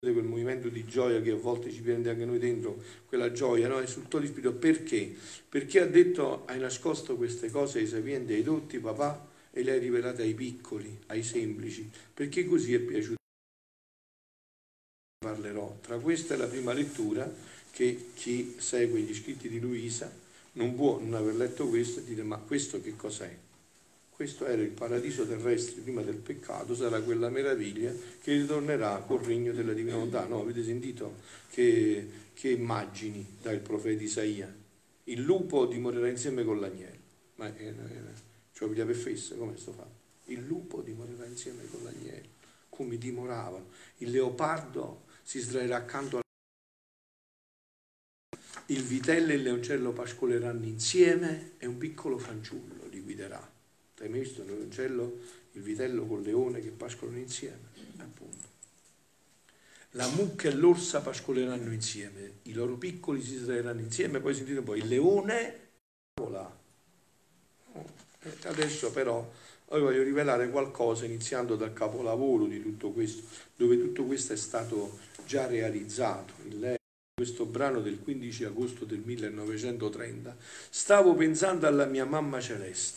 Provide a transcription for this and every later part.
quel movimento di gioia che a volte ci prende anche noi dentro, quella gioia, no? Esultò di spirito. Perché? Perché ha detto: hai nascosto queste cose ai sapienti e ai dotti, papà, e le hai rivelate ai piccoli, ai semplici, perché così è piaciuto. Parlerò. Tra questa e la prima lettura, che chi segue gli scritti di Luisa non può non aver letto questo e dire: ma questo che cos'è? Questo era il paradiso terrestre prima del peccato, sarà quella meraviglia che ritornerà col regno della divina volontà. No, avete sentito che immagini dà il profeta Isaia? Il lupo dimorerà insieme con l'agnello. Ma cioè piglia per fessa, come sto fatto? Il lupo dimorerà insieme con l'agnello, come dimoravano. Il leopardo si sdraierà accanto il vitello e il leoncello pascoleranno insieme e un piccolo fanciullo li guiderà. Hai mai visto il vitello col leone che pascolano insieme? Appunto. La mucca e l'orsa pascoleranno insieme, i loro piccoli si sdraieranno insieme, poi sentite poi il leone. Adesso però voglio rivelare qualcosa iniziando dal capolavoro di tutto questo, dove tutto questo è stato già realizzato. Questo brano del 15 agosto del 1930, stavo pensando alla mia mamma celeste,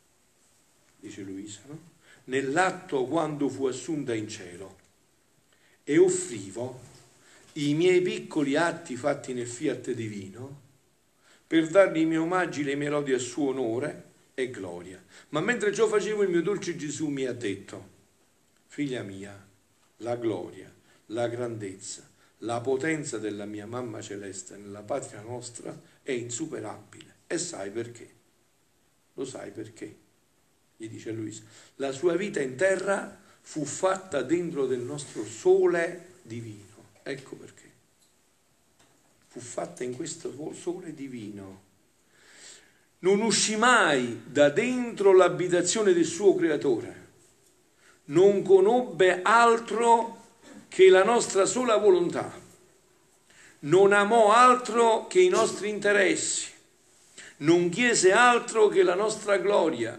dice Luisa, no? Nell'atto quando fu assunta in cielo, e offrivo i miei piccoli atti fatti nel fiat divino per dargli i miei omaggi, le mie lodi a suo onore e gloria. Ma mentre ciò facevo, il mio dolce Gesù mi ha detto: figlia mia, la gloria, la grandezza, la potenza della mia mamma celeste nella patria nostra è insuperabile. E sai perché? Lo sai perché? Gli dice Luisa. La sua vita in terra fu fatta dentro del nostro sole divino. Ecco perché. Fu fatta in questo sole divino. Non uscì mai da dentro l'abitazione del suo creatore. Non conobbe altro che la nostra sola volontà. Non amò altro che i nostri interessi. Non chiese altro che la nostra gloria.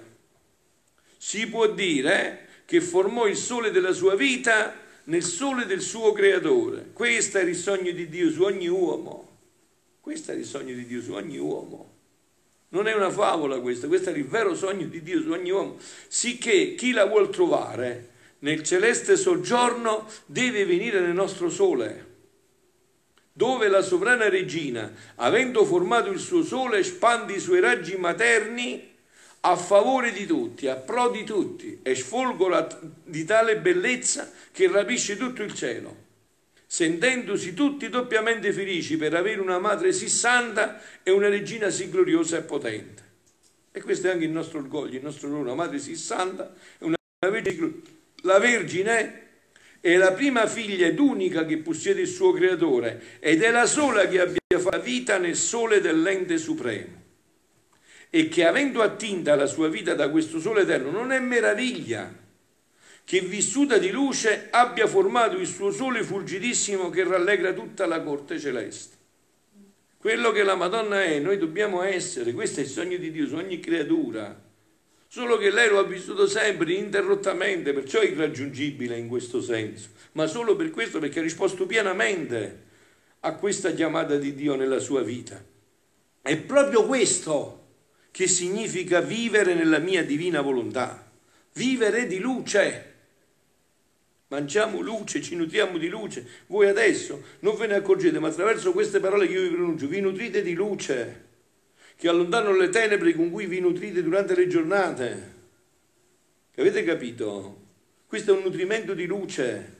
Si può dire che formò il sole della sua vita nel sole del suo creatore. Questo era il sogno di Dio su ogni uomo. Questo era il sogno di Dio su ogni uomo. Non è una favola questa, questo è il vero sogno di Dio su ogni uomo. Sicché chi la vuol trovare nel celeste soggiorno deve venire nel nostro sole, dove la sovrana regina, avendo formato il suo sole, espande i suoi raggi materni a favore di tutti, a pro di tutti, e sfolgola di tale bellezza che rapisce tutto il cielo, sentendosi tutti doppiamente felici per avere una madre sì santa e una regina sì gloriosa e potente. E questo è anche il nostro orgoglio, il nostro onore, una madre sì santa e una vergine gloriosa. La Vergine è la prima figlia ed unica che possiede il suo creatore ed è la sola che abbia fatto vita nel sole dell'ente supremo, e che avendo attinta la sua vita da questo sole eterno, non è meraviglia che vissuta di luce abbia formato il suo sole fulgidissimo che rallegra tutta la corte celeste. Quello che la Madonna è, noi dobbiamo essere. Questo è il sogno di Dio su ogni creatura. Solo che lei lo ha vissuto sempre, ininterrottamente, perciò è irraggiungibile in questo senso, ma solo per questo, perché ha risposto pienamente a questa chiamata di Dio nella sua vita. È proprio questo che significa vivere nella mia divina volontà, vivere di luce. Mangiamo luce, ci nutriamo di luce. Voi adesso non ve ne accorgete, ma attraverso queste parole che io vi pronuncio, vi nutrite di luce, che allontanano le tenebre con cui vi nutrite durante le giornate. Avete capito? Questo è un nutrimento di luce.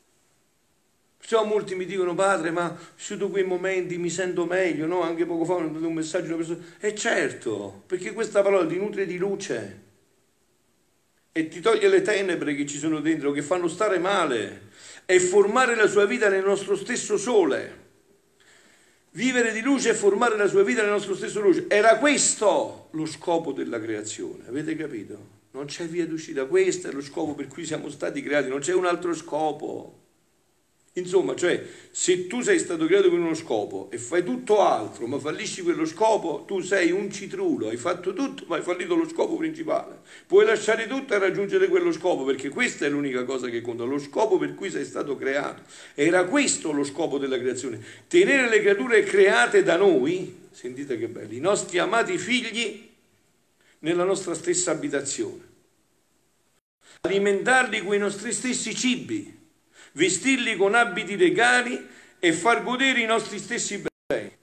Perciò molti mi dicono: padre, ma vissuto quei momenti mi sento meglio, no? Anche poco fa ho mandato un messaggio a una persona. E certo, perché questa parola ti nutre di luce e ti toglie le tenebre che ci sono dentro, che fanno stare male, e formare la sua vita nel nostro stesso sole. Vivere di luce e formare la sua vita nel nostro stesso luce. Era questo lo scopo della creazione, avete capito? Non c'è via d'uscita, questo è lo scopo per cui siamo stati creati, non c'è un altro scopo. Insomma, cioè, se tu sei stato creato per uno scopo e fai tutto altro, ma fallisci quello scopo, tu sei un citrulo, hai fatto tutto, ma hai fallito lo scopo principale. Puoi lasciare tutto e raggiungere quello scopo, perché questa è l'unica cosa che conta, lo scopo per cui sei stato creato. Era questo lo scopo della creazione, tenere le creature create da noi, sentite che belli, i nostri amati figli nella nostra stessa abitazione, alimentarli con i nostri stessi cibi, vestirli con abiti regali e far godere i nostri stessi beni.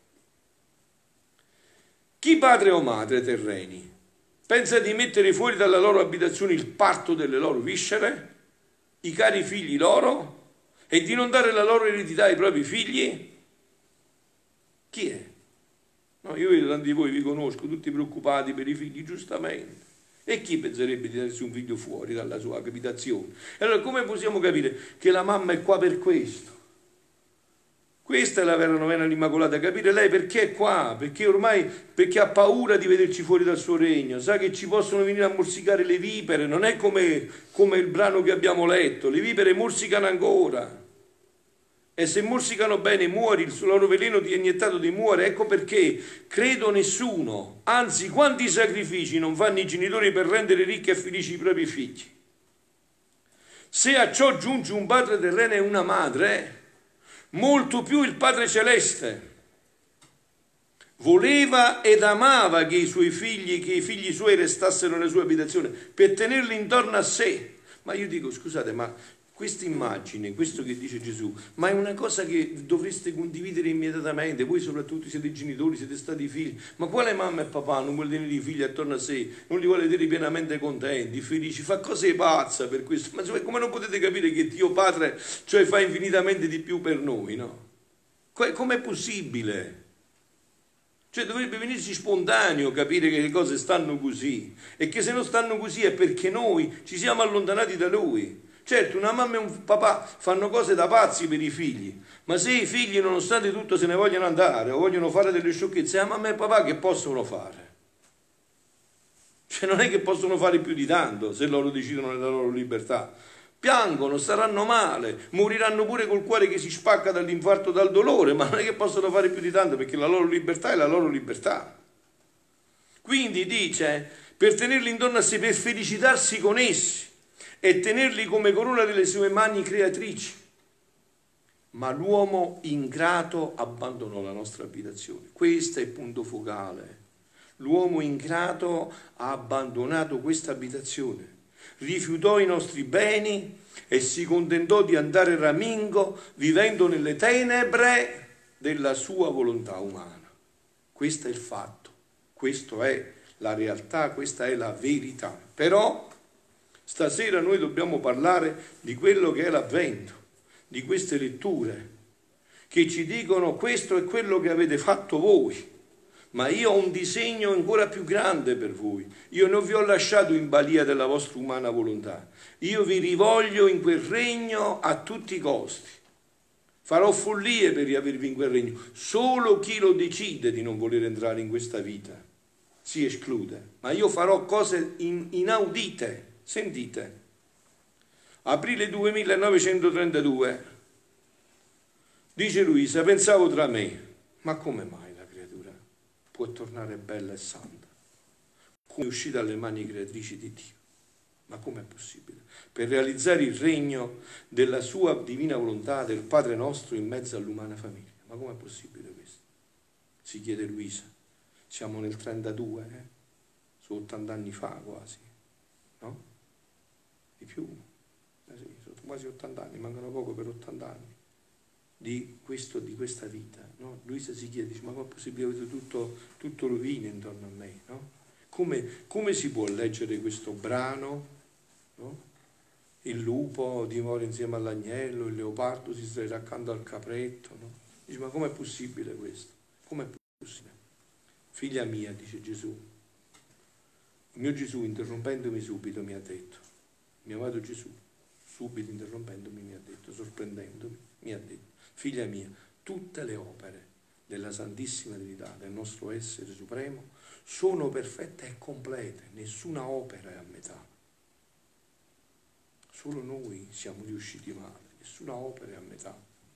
Chi padre o madre terreni pensa di mettere fuori dalla loro abitazione il parto delle loro viscere, i cari figli loro, e di non dare la loro eredità ai propri figli? Chi è? No, io vedo tanti di voi, vi conosco, tutti preoccupati per i figli, giustamente. E chi penserebbe di darsi un figlio fuori dalla sua abitazione? E allora come possiamo capire che la mamma è qua per questo? Questa è la vera novena all'Immacolata, capire lei perché è qua, perché ha paura di vederci fuori dal suo regno, sa che ci possono venire a morsicare le vipere, non è come il brano che abbiamo letto, le vipere morsicano ancora. E se morsicano bene muori, il loro veleno ti è iniettato di muore, ecco perché credo nessuno, anzi quanti sacrifici non fanno i genitori per rendere ricchi e felici i propri figli. Se a ciò giunge un padre terreno e una madre, molto più il Padre Celeste voleva ed amava che i figli suoi restassero nelle sue abitazioni, per tenerli intorno a sé. Ma io dico, scusate, ma questa immagine, questo che dice Gesù, ma è una cosa che dovreste condividere immediatamente, voi soprattutto siete genitori, siete stati figli, ma quale mamma e papà non vuole tenere i figli attorno a sé, non li vuole vedere pienamente contenti, felici, fa cose pazze per questo, ma come non potete capire che Dio Padre, cioè, fa infinitamente di più per noi, no? Com'è possibile? Cioè dovrebbe venirci spontaneo capire che le cose stanno così, e che se non stanno così è perché noi ci siamo allontanati da Lui. Certo, una mamma e un papà fanno cose da pazzi per i figli, ma se i figli nonostante tutto se ne vogliono andare o vogliono fare delle sciocchezze, la mamma e il papà che possono fare? Cioè non è che possono fare più di tanto se loro decidono nella loro libertà. Piangono, staranno male, moriranno pure col cuore che si spacca dall'infarto, dal dolore, ma non è che possono fare più di tanto perché la loro libertà è la loro libertà. Quindi dice, per tenerli intorno a sé, per felicitarsi con essi e tenerli come corona delle sue mani creatrici. Ma l'uomo ingrato abbandonò la nostra abitazione. Questo è il punto focale. L'uomo ingrato ha abbandonato questa abitazione, rifiutò i nostri beni e si contentò di andare ramingo vivendo nelle tenebre della sua volontà umana. Questo è il fatto, questa è la realtà, questa è la verità. Però stasera noi dobbiamo parlare di quello che è l'Avvento, di queste letture che ci dicono questo è quello che avete fatto voi, ma io ho un disegno ancora più grande per voi. Io non vi ho lasciato in balia della vostra umana volontà, io vi rivoglio in quel regno a tutti i costi. Farò follie per riavervi in quel regno. Solo chi lo decide di non voler entrare in questa vita si esclude, ma io farò cose inaudite. Sentite, aprile 2932, dice Luisa, pensavo tra me, ma come mai la creatura può tornare bella e santa? Come è uscita dalle mani creatrici di Dio? Ma com'è possibile? Per realizzare il regno della sua divina volontà, del Padre nostro in mezzo all'umana famiglia. Ma com'è possibile questo? Si chiede Luisa. Siamo nel 32, sono 80 anni fa quasi, no? Di più, sì, sono quasi 80 anni, mancano poco per 80 anni di questa vita, no? Luisa si chiede, dice, ma com'è possibile avere tutto rovine intorno a me, no? Come si può leggere questo brano, no? Il lupo dimora insieme all'agnello, il leopardo si sta accanto al capretto, no? Dice, ma com'è possibile questo? Com'è possibile? Figlia mia, dice Gesù, il mio Gesù interrompendomi subito mi ha detto, mio amato Gesù, subito interrompendomi mi ha detto, sorprendendomi, mi ha detto, figlia mia, tutte le opere della Santissima Trinità, del nostro essere supremo, sono perfette e complete, nessuna opera è a metà. Solo noi siamo riusciti male, nessuna opera è a metà.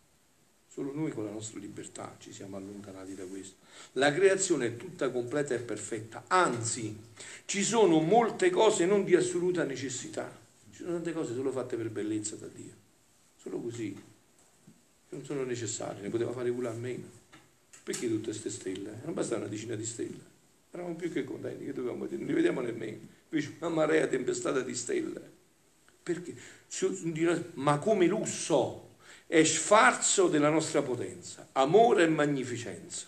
Solo noi con la nostra libertà ci siamo allontanati da questo. La creazione è tutta completa e perfetta, anzi, ci sono molte cose non di assoluta necessità. Ci sono tante cose solo fatte per bellezza da Dio, solo così, non sono necessarie, ne poteva fare pure almeno. Perché tutte queste stelle? Non basta una decina di stelle, eravamo più che contenti, che dovevamo dire, non li vediamo nemmeno, invece una marea tempestata di stelle. Perché? Ma come lusso è sfarzo della nostra potenza, amore e magnificenza.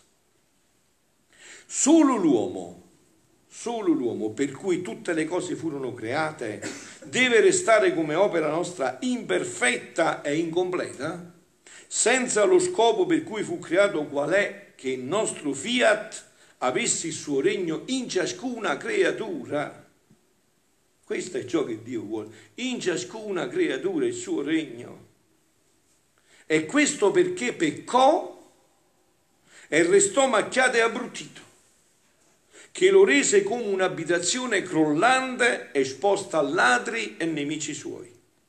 Solo l'uomo, per cui tutte le cose furono create, deve restare come opera nostra imperfetta e incompleta, senza lo scopo per cui fu creato, qual è che il nostro fiat avesse il suo regno in ciascuna creatura. Questo è ciò che Dio vuole, in ciascuna creatura il suo regno. E questo perché peccò e restò macchiato e abbruttito, che lo rese come un'abitazione crollante esposta a ladri e nemici suoi.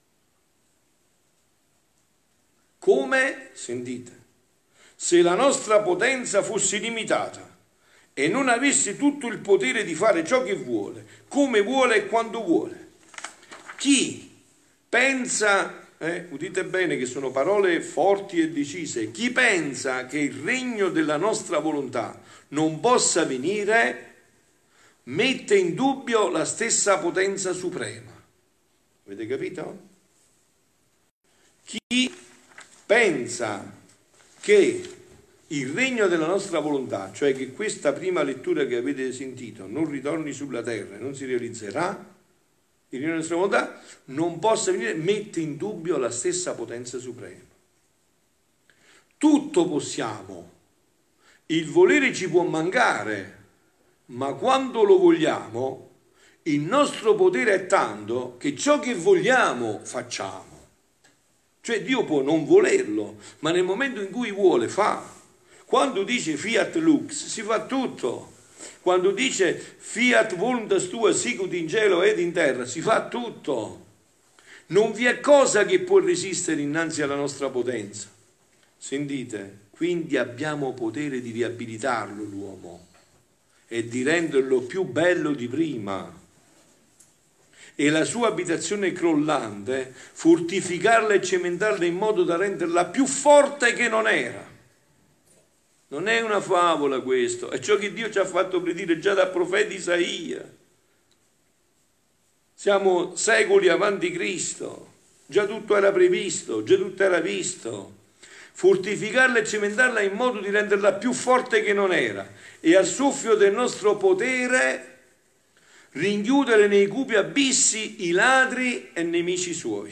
Come, sentite, se la nostra potenza fosse limitata e non avesse tutto il potere di fare ciò che vuole, come vuole e quando vuole. Chi pensa, udite bene che sono parole forti e decise, chi pensa che il regno della nostra volontà non possa venire, mette in dubbio la stessa potenza suprema. Avete capito? Chi pensa che il regno della nostra volontà, cioè che questa prima lettura che avete sentito non ritorni sulla terra e non si realizzerà, il regno della nostra volontà non possa venire, mette in dubbio la stessa potenza suprema. Tutto possiamo, il volere ci può mancare, ma quando lo vogliamo, il nostro potere è tanto che ciò che vogliamo facciamo. Cioè Dio può non volerlo, ma nel momento in cui vuole fa. Quando dice fiat lux si fa tutto. Quando dice fiat voluntas tua sicut in cielo ed in terra si fa tutto. Non vi è cosa che può resistere innanzi alla nostra potenza. Sentite, quindi abbiamo potere di riabilitarlo l'uomo e di renderlo più bello di prima. E la sua abitazione crollante, fortificarla e cementarla in modo da renderla più forte che non era. Non è una favola questo, è ciò che Dio ci ha fatto predire già dal profeta Isaia. Siamo secoli avanti Cristo, già tutto era previsto, già tutto era visto. Fortificarla e cementarla in modo di renderla più forte che non era e al soffio del nostro potere rinchiudere nei cupi abissi i ladri e nemici suoi.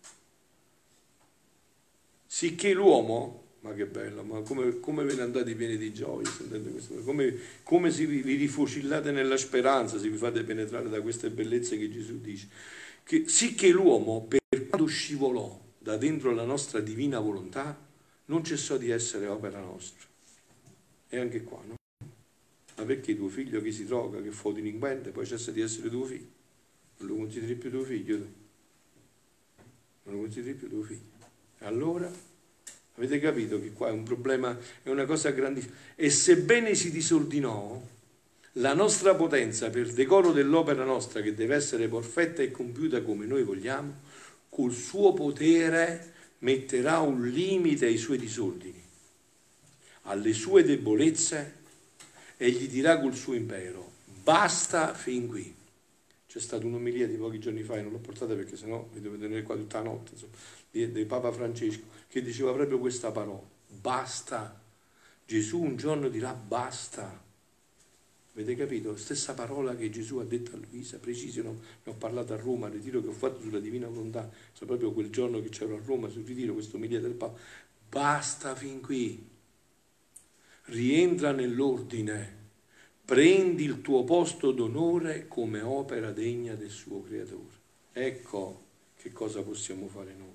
Sicché l'uomo, ma che bello, ma come ve ne andate pieni di gioia, sentendo questo, come vi rifocillate nella speranza se vi fate penetrare da queste bellezze che Gesù dice, che sicché l'uomo, per quando scivolò da dentro la nostra divina volontà, non cessò di essere opera nostra. E anche qua, no? Ma perché tuo figlio che si droga, che fa un delinquente, poi cessa di essere tuo figlio? Non lo consideri più tuo figlio? Non lo consideri più tuo figlio? E allora, avete capito che qua è un problema, è una cosa grandissima. E sebbene si disordinò, la nostra potenza, per decoro dell'opera nostra, che deve essere perfetta e compiuta come noi vogliamo, col suo potere metterà un limite ai suoi disordini, alle sue debolezze, e gli dirà col suo impero, basta fin qui. C'è stata un'omelia di pochi giorni fa, e non l'ho portata perché sennò mi dovete tenere qua tutta la notte, insomma, di Papa Francesco, che diceva proprio questa parola, basta. Gesù un giorno dirà basta. Avete capito? Stessa parola che Gesù ha detto a Luisa, preciso, ne ho parlato a Roma, al ritiro che ho fatto sulla Divina Volontà, cioè proprio quel giorno che c'ero a Roma sul ritiro, questa omelia del Papa, basta fin qui. Rientra nell'ordine, prendi il tuo posto d'onore come opera degna del suo creatore. Ecco che cosa possiamo fare noi.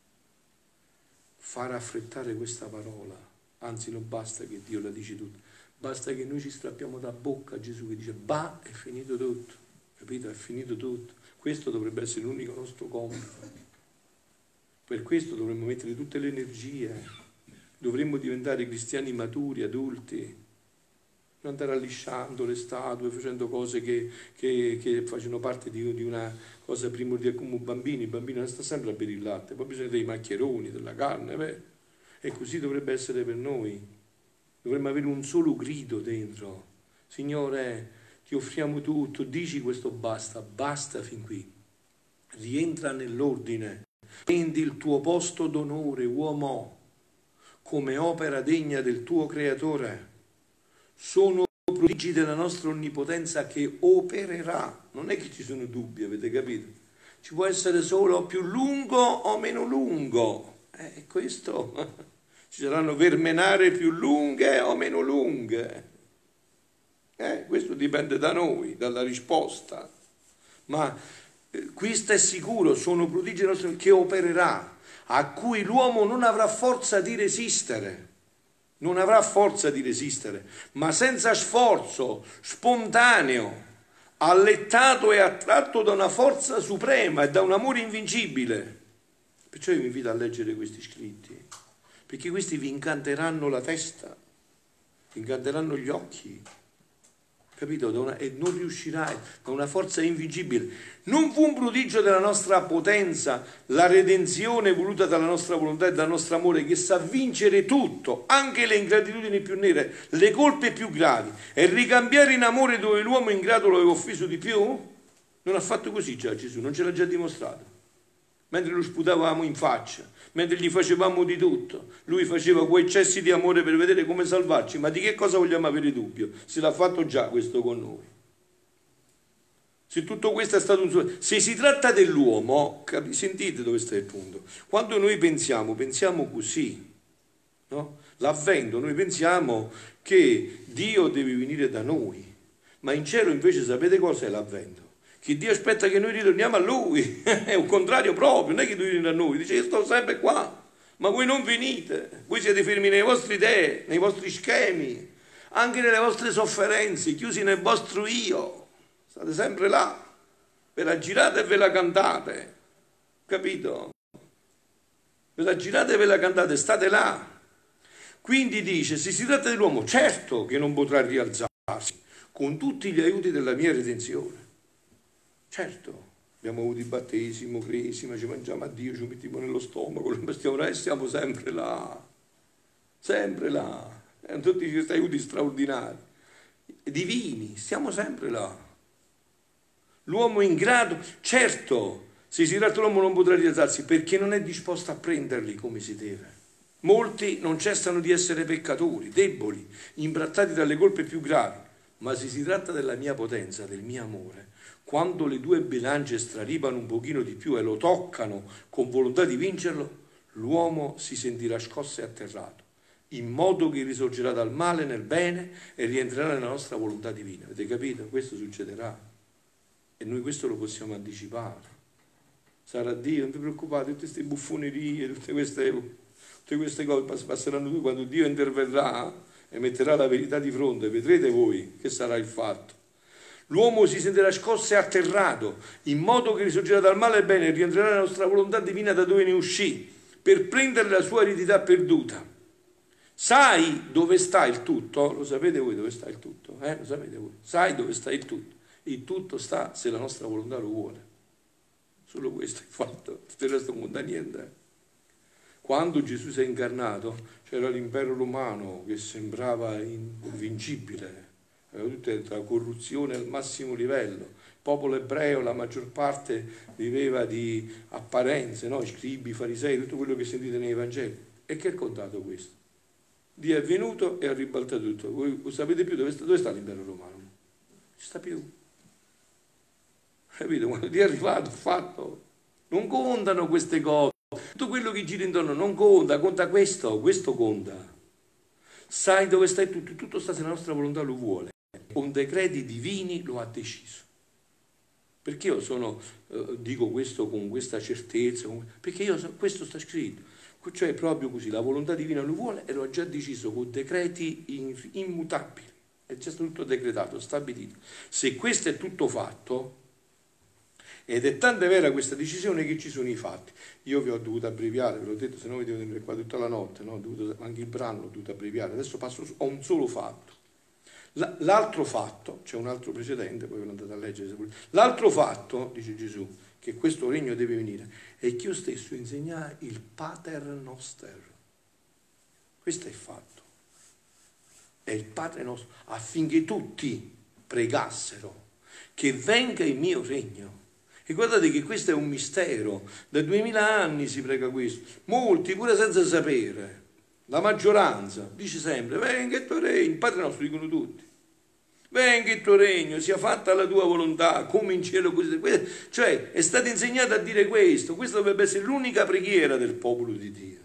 Far affrettare questa parola, anzi non basta che Dio la dice tutta, basta che noi ci strappiamo da bocca a Gesù che dice bah, è finito tutto, capito? È finito tutto. Questo dovrebbe essere l'unico nostro compito. Per questo dovremmo mettere tutte le energie Dovremmo diventare cristiani maturi, adulti, non andare allisciando le statue, facendo cose che facciano parte di una cosa primordiale come un bambino. Il bambino non sta sempre a bere il latte, poi bisogna dei maccheroni, della carne, beh. E così dovrebbe essere per noi. Dovremmo avere un solo grido dentro. Signore, ti offriamo tutto, dici questo basta, basta fin qui. Rientra nell'ordine, prendi il tuo posto d'onore, uomo, come opera degna del tuo creatore. Sono prodigi della nostra onnipotenza che opererà. Non è che ci sono dubbi, avete capito? Ci può essere solo più lungo o meno lungo. Questo ci saranno vermenare più lunghe o meno lunghe. Questo dipende da noi, dalla risposta. Ma questo è sicuro, sono prodigi della nostra che opererà, a cui l'uomo non avrà forza di resistere. Non avrà forza di resistere, ma senza sforzo, spontaneo, allettato e attratto da una forza suprema e da un amore invincibile. Perciò io vi invito a leggere questi scritti, perché questi vi incanteranno la testa, vi incanteranno gli occhi, capito? E non riuscirai, da una forza invincibile. Non fu un prodigio della nostra potenza, la redenzione voluta dalla nostra volontà e dal nostro amore, che sa vincere tutto, anche le ingratitudini più nere, le colpe più gravi, e ricambiare in amore dove l'uomo ingrato lo aveva offeso di più? Non ha fatto così già Gesù, non ce l'ha già dimostrato. Mentre lo sputavamo in faccia, mentre gli facevamo di tutto, lui faceva quei eccessi di amore per vedere come salvarci. Ma di che cosa vogliamo avere dubbio? Se l'ha fatto già questo con noi. Se tutto questo è stato un suo... Se si tratta dell'uomo, sentite dove sta il punto. Quando noi pensiamo così, no? L'avvento, noi pensiamo che Dio deve venire da noi, ma in cielo invece sapete cosa è l'avvento? Che Dio aspetta che noi ritorniamo a Lui, è un contrario proprio, non è che Lui viene a noi, dice io sto sempre qua, ma voi non venite, voi siete fermi nelle vostre idee, nei vostri schemi, anche nelle vostre sofferenze, chiusi nel vostro io, state sempre là, ve la girate e ve la cantate, capito? Ve la girate e ve la cantate, state là. Quindi dice, se si tratta dell'uomo, certo che non potrà rialzarsi, con tutti gli aiuti della mia redenzione. Certo, abbiamo avuto il battesimo, cresima, ci mangiamo a Dio, ci mettiamo nello stomaco, stiamo sempre là, tutti questi aiuti straordinari, divini, stiamo sempre là. L'uomo ingrato, certo, se si tratta dell'uomo non potrà rialzarsi perché non è disposto a prenderli come si deve. Molti non cessano di essere peccatori, deboli, imbrattati dalle colpe più gravi, ma se si tratta della mia potenza, del mio amore, quando le due bilance straripano un pochino di più e lo toccano con volontà di vincerlo, l'uomo si sentirà scosso e atterrato, in modo che risorgerà dal male nel bene e rientrerà nella nostra volontà divina. Avete capito? Questo succederà e noi questo lo possiamo anticipare. Sarà Dio, non vi preoccupate, tutte queste buffonerie, tutte queste cose passeranno tutte quando Dio interverrà e metterà la verità di fronte, vedrete voi che sarà il fatto. L'uomo si sentirà scosso e atterrato, in modo che risorgerà dal male e bene e rientrerà nella nostra volontà divina da dove ne uscì, per prendere la sua eredità perduta. Sai dove sta il tutto? Lo sapete voi dove sta il tutto? Lo sapete voi? Sai dove sta il tutto? Il tutto sta se la nostra volontà lo vuole. Solo questo è il fatto, tutto il resto non conta niente. Quando Gesù si è incarnato c'era l'impero romano che sembrava invincibile, aveva tutta la corruzione al massimo livello. Il popolo ebreo, la maggior parte viveva di apparenze, no? Scribi, farisei, tutto quello che sentite nei Vangeli. E che è contato questo? Dio è venuto e ha ribaltato tutto. Voi sapete più dove sta l'impero romano? Non ci sta più. Capito? Quando Dio è arrivato, fatto. Non contano queste cose. Tutto quello che gira intorno non conta, conta questo conta. Sai dove stai tutto? Tutto sta se la nostra volontà lo vuole. Con decreti divini lo ha deciso. Perché io dico questo con questa certezza? Perché questo sta scritto. Cioè proprio così, la volontà divina lo vuole e lo ha già deciso con decreti immutabili. È già tutto decretato, stabilito. Se questo è tutto fatto, Ed è tanta vera questa decisione che ci sono i fatti. Io vi ho dovuto abbreviare, ve l'ho detto, se no vi devo tenere qua tutta la notte, no? Anche il brano l'ho dovuto abbreviare. Adesso passo a un solo fatto. L'altro fatto, c'è un altro precedente, poi ve lo andate a leggere. L'altro fatto, dice Gesù, che questo regno deve venire, è che io stesso insegnai il Pater Noster. Questo è il fatto. È il Padre nostro, affinché tutti pregassero che venga il mio regno. E guardate che questo è un mistero, da 2000 anni si prega questo, molti pure senza sapere, la maggioranza dice sempre venga il tuo regno, il Padre nostro dicono tutti, venga il tuo regno, sia fatta la tua volontà, come in cielo così. Cioè è stato insegnato a dire questo, questa dovrebbe essere l'unica preghiera del popolo di Dio.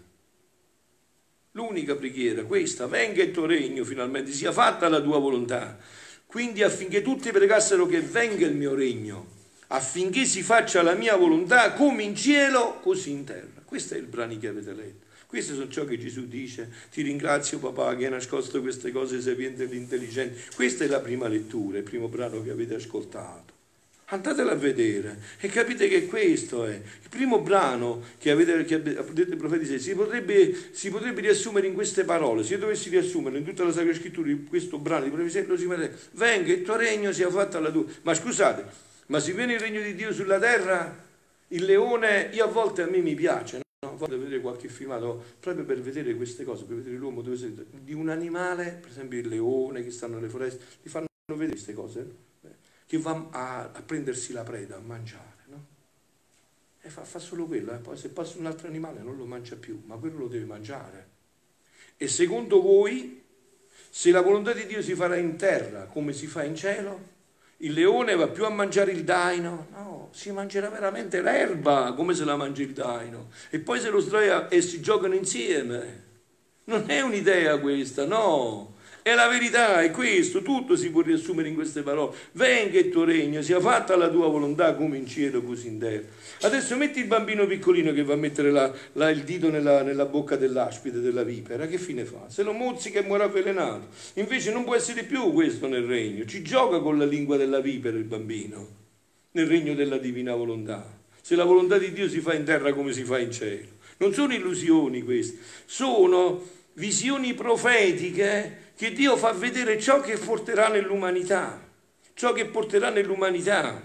L'unica preghiera, questa, venga il tuo regno finalmente, sia fatta la tua volontà. Quindi affinché tutti pregassero che venga il mio regno, affinché si faccia la mia volontà come in cielo, così in terra. Questo è il brano che avete letto. Questo è ciò che Gesù dice. Ti ringrazio papà che hai nascosto queste cose sapienti e intelligenti. Questa è la prima lettura, il primo brano che avete ascoltato. Andatela a vedere e capite che questo è il primo brano che avete detto i profeti. Si potrebbe riassumere in queste parole. Se io dovessi riassumere in tutta la Sacra Scrittura questo brano di profetia, lo si vedrebbe: venga il tuo regno, sia fatta la tua. Ma scusate, ma se viene il regno di Dio sulla terra, il leone, io a me mi piace, no? A volte vedere qualche filmato proprio per vedere queste cose, per vedere l'uomo dove sei, di un animale, per esempio il leone che stanno nelle foreste, ti fanno vedere queste cose, che va a prendersi la preda, a mangiare, no? E fa solo quello, poi se passa un altro animale non lo mangia più, ma quello lo deve mangiare. E secondo voi, se la volontà di Dio si farà in terra come si fa in cielo, il leone va più a mangiare il daino? No, si mangerà veramente l'erba come se la mangia il daino, e poi se lo sdraia e si giocano insieme. Non è un'idea questa, no. È la verità, è questo, tutto si può riassumere in queste parole. Venga il tuo regno, sia fatta la tua volontà come in cielo così in terra. Adesso metti il bambino piccolino che va a mettere il dito nella bocca dell'aspide, della vipera, che fine fa? Se lo mozzica e muore avvelenato. Invece non può essere più questo nel regno. Ci gioca con la lingua della vipera il bambino, nel regno della divina volontà. Se la volontà di Dio si fa in terra come si fa in cielo. Non sono illusioni queste, sono visioni profetiche che Dio fa vedere ciò che porterà nell'umanità, ciò che porterà nell'umanità.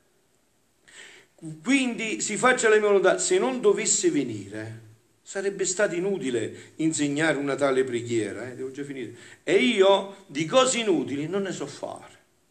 Quindi si faccia la mia volontà. Se non dovesse venire, sarebbe stato inutile insegnare una tale preghiera, devo già finire. E io di cose inutili non ne so fare.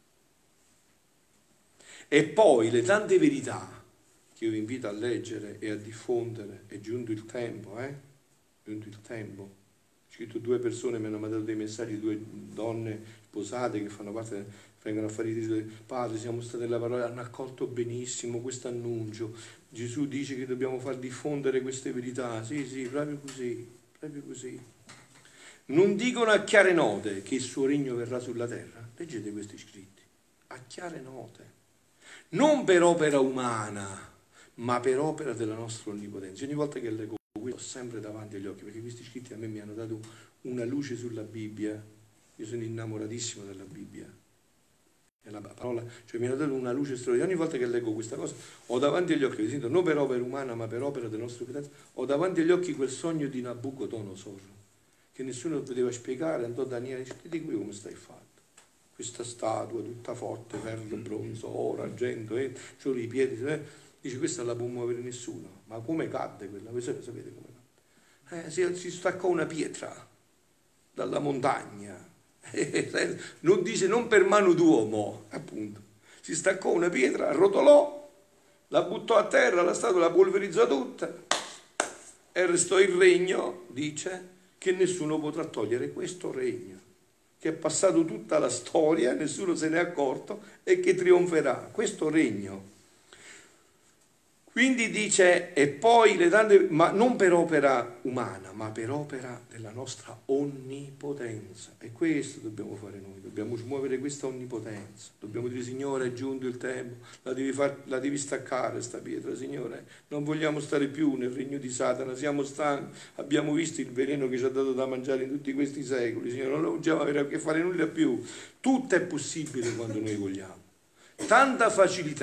E poi le tante verità che io vi invito a leggere e a diffondere, è giunto il tempo, è giunto il tempo. Scritto 2 persone mi hanno mandato dei messaggi, 2 donne sposate che fanno parte, vengono a fare i titoli: padre, siamo state nella parola, hanno accolto benissimo questo annuncio. Gesù dice che dobbiamo far diffondere queste verità. Sì, proprio così, proprio così. Non dicono a chiare note che il suo regno verrà sulla terra. Leggete questi scritti, a chiare note, non per opera umana, ma per opera della nostra onnipotenza. Ogni volta che leggo ho sempre davanti agli occhi, perché questi scritti a me mi hanno dato una luce sulla Bibbia. Io sono innamoratissimo della Bibbia, è la parola, cioè mi hanno dato una luce straordinaria. Ogni volta che leggo questa cosa ho davanti agli occhi, sento, non per opera umana ma per opera della nostra potenza, ho davanti agli occhi quel sogno di Nabucodonosor che nessuno poteva spiegare. Andò Daniele e dice: di qui come stai fatto? Questa statua tutta forte, ferro, bronzo, oro, argento, solo i piedi, dice: questa non la può muovere nessuno. Ma come cadde quella? Voi sapete come cadde? Si staccò una pietra dalla montagna. Non dice non per mano d'uomo, appunto. Si staccò una pietra, arrotolò, la buttò a terra, la statua la polverizzò tutta e restò il regno, dice, che nessuno potrà togliere. Questo regno che è passato tutta la storia, nessuno se ne è accorto, e che trionferà. Questo regno. Quindi dice: e poi le tante, ma non per opera umana, ma per opera della nostra onnipotenza. E questo dobbiamo fare noi, dobbiamo smuovere questa onnipotenza. Dobbiamo dire: Signore, è giunto il tempo, la devi staccare sta pietra, Signore. Non vogliamo stare più nel regno di Satana, siamo stanchi, abbiamo visto il veleno che ci ha dato da mangiare in tutti questi secoli, Signore, non vogliamo avere a che fare nulla più. Tutto è possibile quando noi vogliamo. Tanta facilità.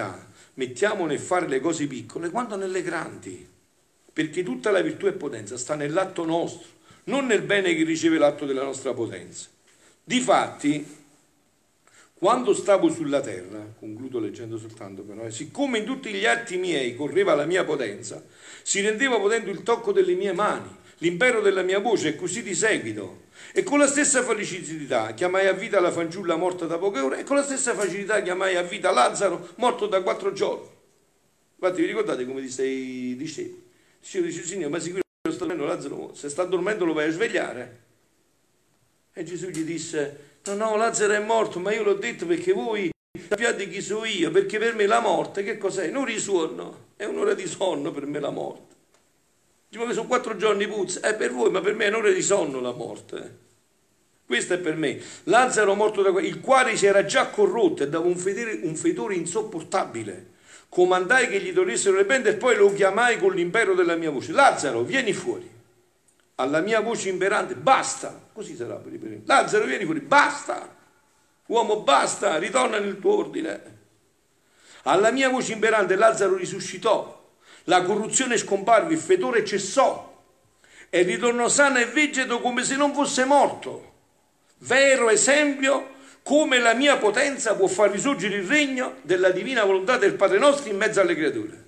mettiamo nel fare le cose piccole quanto nelle grandi, perché tutta la virtù e potenza sta nell'atto nostro, non nel bene che riceve l'atto della nostra potenza. Difatti, quando stavo sulla terra, concludo leggendo soltanto però, siccome in tutti gli atti miei correva la mia potenza, si rendeva potente il tocco delle mie mani, l'impero della mia voce e così di seguito. E con la stessa facilità chiamai a vita la fanciulla morta da poche ore e con la stessa facilità chiamai a vita Lazzaro morto da 4 giorni. Infatti vi ricordate come disse ai discepoli? Dice, Signore, ma sicuro sta dormendo Lazzaro, se sta dormendo lo vai a svegliare? E Gesù gli disse, no, Lazzaro è morto, ma io l'ho detto perché voi sappiate chi sono io, perché per me la morte, che cos'è? Un risuono, è un'ora di sonno per me la morte. Dice, ma sono 4 giorni puzza, è per voi, ma per me è un'ora di sonno la morte. Questo è per me. Lazzaro morto da il quale si era già corrotto e dava un fetore insopportabile. Comandai che gli togliessero le bende e poi lo chiamai con l'impero della mia voce. Lazzaro, vieni fuori. Alla mia voce imperante, basta. Così sarà per i Lazzaro, vieni fuori, basta. Uomo, basta, ritorna nel tuo ordine. Alla mia voce imperante Lazzaro risuscitò. La corruzione scomparve, il fetore cessò e ritornò sano e vegeto come se non fosse morto. Vero esempio come la mia potenza può far risorgere il regno della divina volontà del Padre nostro in mezzo alle creature.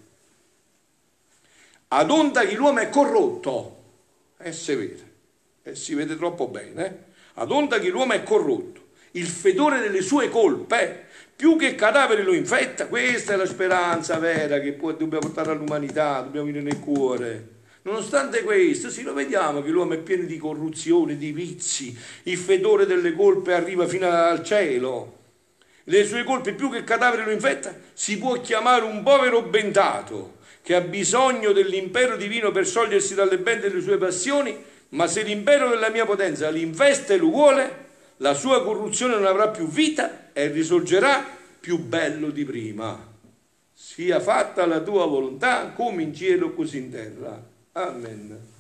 Ad onta che l'uomo è corrotto, è severo, e si vede troppo bene, ad onta che l'uomo è corrotto, il fetore delle sue colpe, più che cadavere lo infetta. Questa è la speranza vera che dobbiamo portare all'umanità, dobbiamo venire nel cuore. Nonostante questo, sì, lo vediamo che l'uomo è pieno di corruzione, di vizi, il fetore delle colpe arriva fino al cielo, le sue colpe più che cadavere lo infetta. Si può chiamare un povero bentato che ha bisogno dell'impero divino per sciogliersi dalle bende delle sue passioni, ma se l'impero della mia potenza l'investe e lo vuole, la sua corruzione non avrà più vita e risorgerà più bello di prima. Sia fatta la tua volontà come in cielo così in terra. Amen.